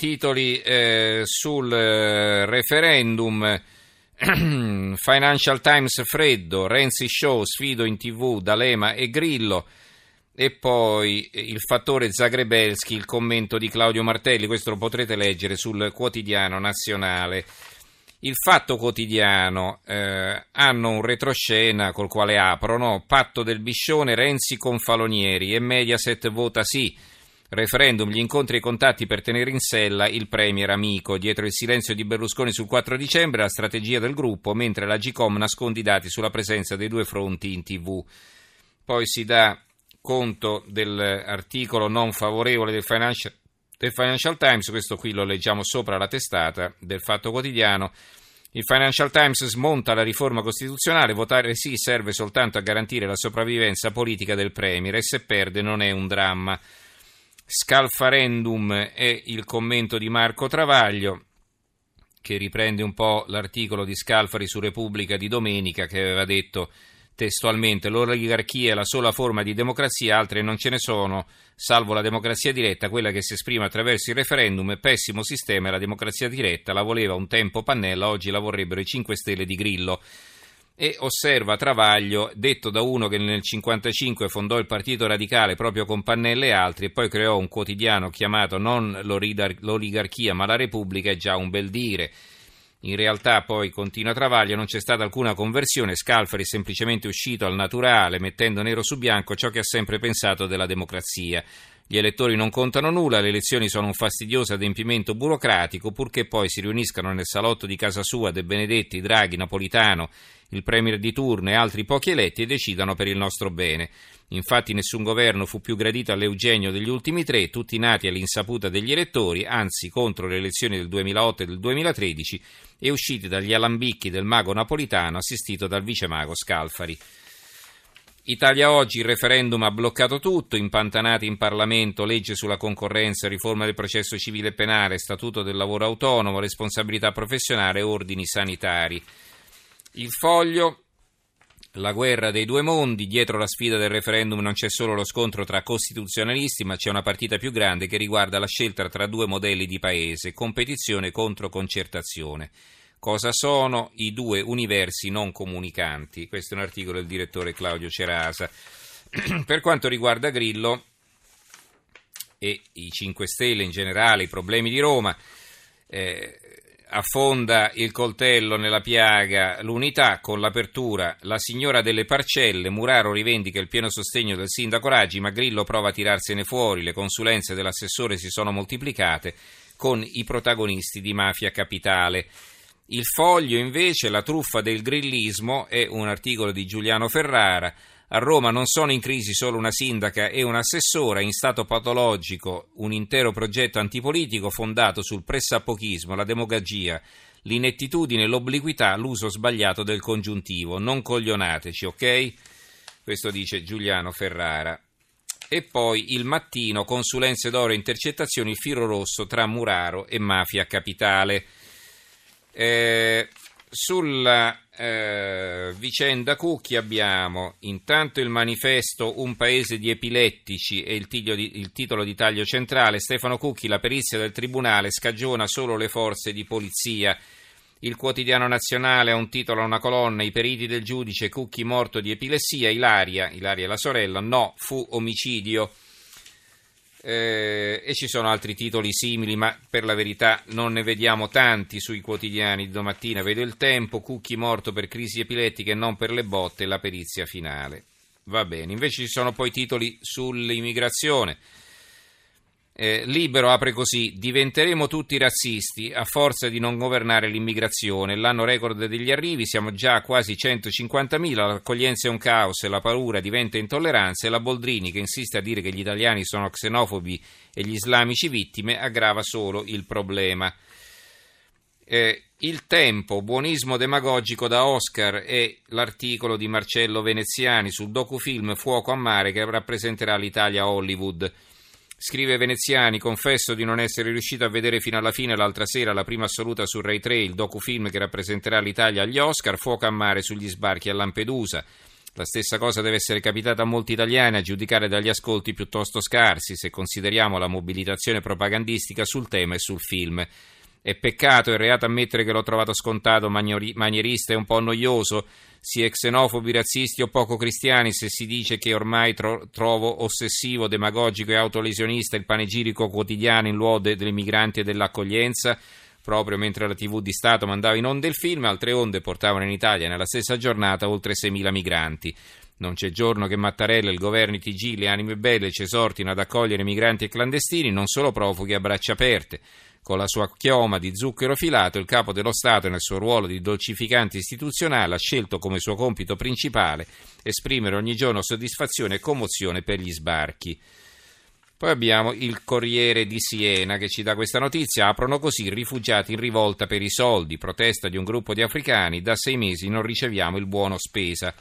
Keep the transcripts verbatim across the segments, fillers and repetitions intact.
titoli eh, sul eh, referendum. Financial Times freddo, Renzi show, sfido in tv D'Alema e Grillo, e poi il fattore Zagrebelsky, il commento di Claudio Martelli. Questo lo potrete leggere sul Quotidiano Nazionale. Il Fatto Quotidiano eh, hanno un retroscena col quale aprono: patto del Biscione, Renzi con Falonieri e Mediaset vota sì. Referendum, gli incontri e i contatti per tenere in sella il premier amico. Dietro il silenzio di Berlusconi sul quattro dicembre, la strategia del gruppo, mentre la Gcom nasconde i dati sulla presenza dei due fronti in tv. Poi si dà conto dell'articolo non favorevole del Financial, del Financial Times, questo qui lo leggiamo sopra la testata del Fatto Quotidiano. Il Financial Times smonta la riforma costituzionale, votare sì serve soltanto a garantire la sopravvivenza politica del premier e se perde non è un dramma. Scalfarendum è il commento di Marco Travaglio, che riprende un po' l'articolo di Scalfari su Repubblica di domenica, che aveva detto testualmente: l'oligarchia è la sola forma di democrazia, altre non ce ne sono, salvo la democrazia diretta, quella che si esprime attraverso il referendum, è pessimo sistema e la democrazia diretta la voleva un tempo Pannella, oggi la vorrebbero i cinque Stelle di Grillo. E osserva Travaglio, detto da uno che nel cinquantacinque fondò il Partito Radicale proprio con Pannella e altri e poi creò un quotidiano chiamato non l'oligarchia ma la Repubblica, è già un bel dire. In realtà, poi continua Travaglio, non c'è stata alcuna conversione, Scalfari è semplicemente uscito al naturale mettendo nero su bianco ciò che ha sempre pensato della democrazia. Gli elettori non contano nulla, le elezioni sono un fastidioso adempimento burocratico, purché poi si riuniscano nel salotto di casa sua De Benedetti, Draghi, Napolitano, il premier di turno e altri pochi eletti e decidano per il nostro bene. Infatti nessun governo fu più gradito all'Eugenio degli ultimi tre, tutti nati all'insaputa degli elettori, anzi contro le elezioni del duemilaotto e del duemilatredici e usciti dagli alambicchi del mago Napolitano assistito dal vicemago Scalfari. Italia Oggi, il referendum ha bloccato tutto, impantanati in Parlamento, legge sulla concorrenza, riforma del processo civile e penale, statuto del lavoro autonomo, responsabilità professionale e ordini sanitari. Il Foglio, la guerra dei due mondi, dietro la sfida del referendum non c'è solo lo scontro tra costituzionalisti, ma c'è una partita più grande che riguarda la scelta tra due modelli di paese, competizione contro concertazione. Cosa sono i due universi non comunicanti? Questo è un articolo del direttore Claudio Cerasa. Per quanto riguarda Grillo e i cinque Stelle in generale, i problemi di Roma, eh, affonda il coltello nella piaga l'unità con l'apertura La signora delle parcelle, Muraro rivendica il pieno sostegno del sindaco Raggi, ma Grillo prova a tirarsene fuori, le consulenze dell'assessore si sono moltiplicate con i protagonisti di Mafia Capitale. Il Foglio invece, la truffa del grillismo, è un articolo di Giuliano Ferrara. A Roma non sono in crisi solo una sindaca e un'assessora, in stato patologico un intero progetto antipolitico fondato sul pressappochismo, la demagogia, l'inettitudine, l'obliquità, l'uso sbagliato del congiuntivo. Non coglionateci, ok? Questo dice Giuliano Ferrara. E poi Il Mattino, consulenze d'oro e intercettazioni, il filo rosso tra Muraro e Mafia Capitale. Eh, sulla eh, vicenda Cucchi abbiamo intanto il manifesto Un paese di epilettici e il, tiglio di, il titolo di taglio centrale: Stefano Cucchi, la perizia del tribunale scagiona solo le forze di polizia. Il Quotidiano Nazionale ha un titolo, una colonna: i periti del giudice, Cucchi morto di epilessia, Ilaria, Ilaria la sorella, no, fu omicidio. Eh, e ci sono altri titoli simili, ma per la verità non ne vediamo tanti sui quotidiani di domattina. Vedo Il Tempo, Cucchi morto per crisi epilettiche e non per le botte, la perizia finale. Va bene, invece ci sono poi titoli sull'immigrazione. Eh, Libero apre così: diventeremo tutti razzisti a forza di non governare l'immigrazione. L'anno record degli arrivi, siamo già a quasi centocinquantamila, l'accoglienza è un caos e la paura diventa intolleranza, e la Boldrini, che insiste a dire che gli italiani sono xenofobi e gli islamici vittime, aggrava solo il problema. Eh, Il Tempo, buonismo demagogico da Oscar, è l'articolo di Marcello Veneziani sul docufilm Fuoco a mare che rappresenterà l'Italia a Hollywood. Scrive Veneziani: confesso di non essere riuscito a vedere fino alla fine l'altra sera la prima assoluta su Rai tre, il docufilm che rappresenterà l'Italia agli Oscar, Fuoco a mare sugli sbarchi a Lampedusa. La stessa cosa deve essere capitata a molti italiani, a giudicare dagli ascolti piuttosto scarsi, se consideriamo la mobilitazione propagandistica sul tema e sul film. È peccato, è reato ammettere che l'ho trovato scontato, manieri- manierista e un po' noioso. Si è xenofobi, razzisti o poco cristiani se si dice che ormai tro- trovo ossessivo, demagogico e autolesionista il panegirico quotidiano in lode dei migranti e dell'accoglienza, proprio mentre la tivù di Stato mandava in onda il film, altre onde portavano in Italia nella stessa giornata oltre seimila migranti. Non c'è giorno che Mattarella, il governo, i T G, le anime belle ci esortino ad accogliere migranti e clandestini, non solo profughi a braccia aperte. Con la sua chioma di zucchero filato, il capo dello Stato, nel suo ruolo di dolcificante istituzionale, ha scelto come suo compito principale esprimere ogni giorno soddisfazione e commozione per gli sbarchi. Poi abbiamo il Corriere di Siena che ci dà questa notizia: aprono così rifugiati in rivolta per i soldi, protesta di un gruppo di africani, da sei mesi non riceviamo il buono spesa.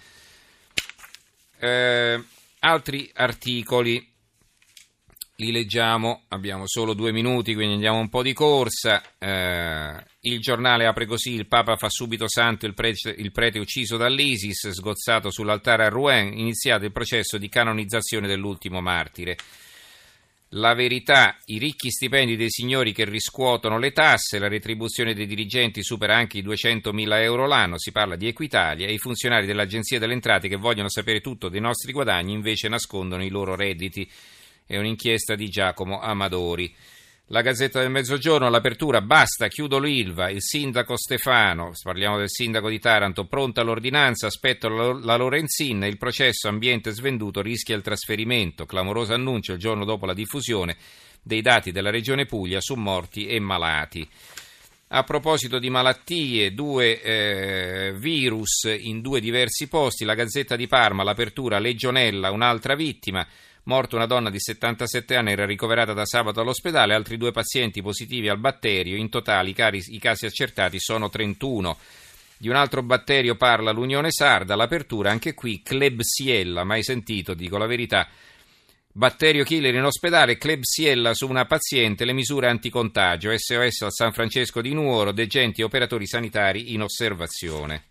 Eh, altri articoli li leggiamo, abbiamo solo due minuti, quindi andiamo un po' di corsa. Eh, il Giornale apre così: il Papa fa subito santo il prete, il prete ucciso dall'ISIS, sgozzato sull'altare a Rouen, iniziato il processo di canonizzazione dell'ultimo martire. La Verità: i ricchi stipendi dei signori che riscuotono le tasse, la retribuzione dei dirigenti supera anche i duecentomila euro l'anno, si parla di Equitalia, e i funzionari dell'Agenzia delle Entrate che vogliono sapere tutto dei nostri guadagni invece nascondono i loro redditi. È un'inchiesta di Giacomo Amadori. La Gazzetta del Mezzogiorno, all'apertura: basta, chiudo l'Ilva, il sindaco Stefano, parliamo del sindaco di Taranto, pronta l'ordinanza, aspetto la Lorenzin, il processo ambiente svenduto rischia il trasferimento, clamoroso annuncio il giorno dopo la diffusione dei dati della Regione Puglia su morti e malati. A proposito di malattie, due eh, virus in due diversi posti, la Gazzetta di Parma, l'apertura: legionella, un'altra vittima. Morta una donna di settantasette anni, era ricoverata da sabato all'ospedale, altri due pazienti positivi al batterio, in totale i, cari, i casi accertati sono trentuno. Di un altro batterio parla l'Unione Sarda, l'apertura anche qui: Klebsiella, mai sentito, dico la verità. Batterio killer in ospedale, Klebsiella su una paziente, le misure anticontagio, S O S al San Francesco di Nuoro, degenti e operatori sanitari in osservazione.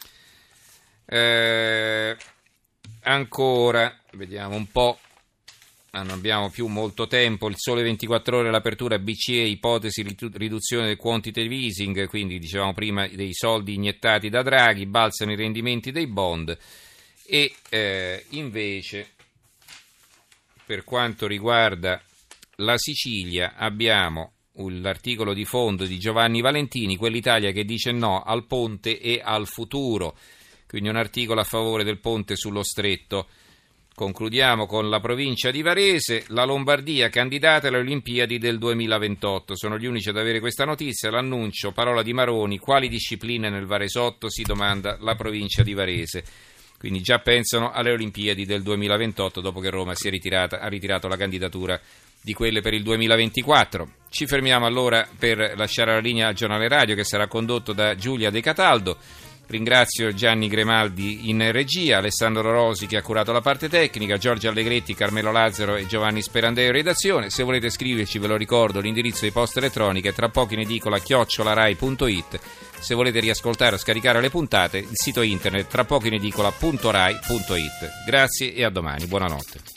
Eh, ancora, vediamo un po'. Non abbiamo più molto tempo. Il Sole ventiquattro Ore, l'apertura: B C E, ipotesi riduzione del quantitative easing, quindi dicevamo prima dei soldi iniettati da Draghi, balzano i rendimenti dei bond. E eh, invece per quanto riguarda la Sicilia abbiamo l'articolo di fondo di Giovanni Valentini, quell'Italia che dice no al ponte e al futuro, quindi un articolo a favore del ponte sullo stretto. Concludiamo con la provincia di Varese: la Lombardia candidata alle Olimpiadi del duemilaventotto. Sono gli unici ad avere questa notizia, l'annuncio, parola di Maroni: quali discipline nel Varesotto, si domanda la provincia di Varese. Quindi già pensano alle Olimpiadi del duemilaventotto dopo che Roma si è ritirata, ha ritirato la candidatura di quelle per il duemilaventiquattro. Ci fermiamo allora per lasciare la linea al giornale radio che sarà condotto da Giulia De Cataldo. Ringrazio Gianni Gremaldi in regia, Alessandro Rosi che ha curato la parte tecnica, Giorgio Allegretti, Carmelo Lazzaro e Giovanni Sperandeo in redazione. Se volete scriverci, ve lo ricordo, l'indirizzo di posta elettronica è tra poco in edicola chiocciola rai punto it. Se volete riascoltare o scaricare le puntate, il sito internet tra poco in edicola punto rai punto it. Grazie e a domani, buonanotte.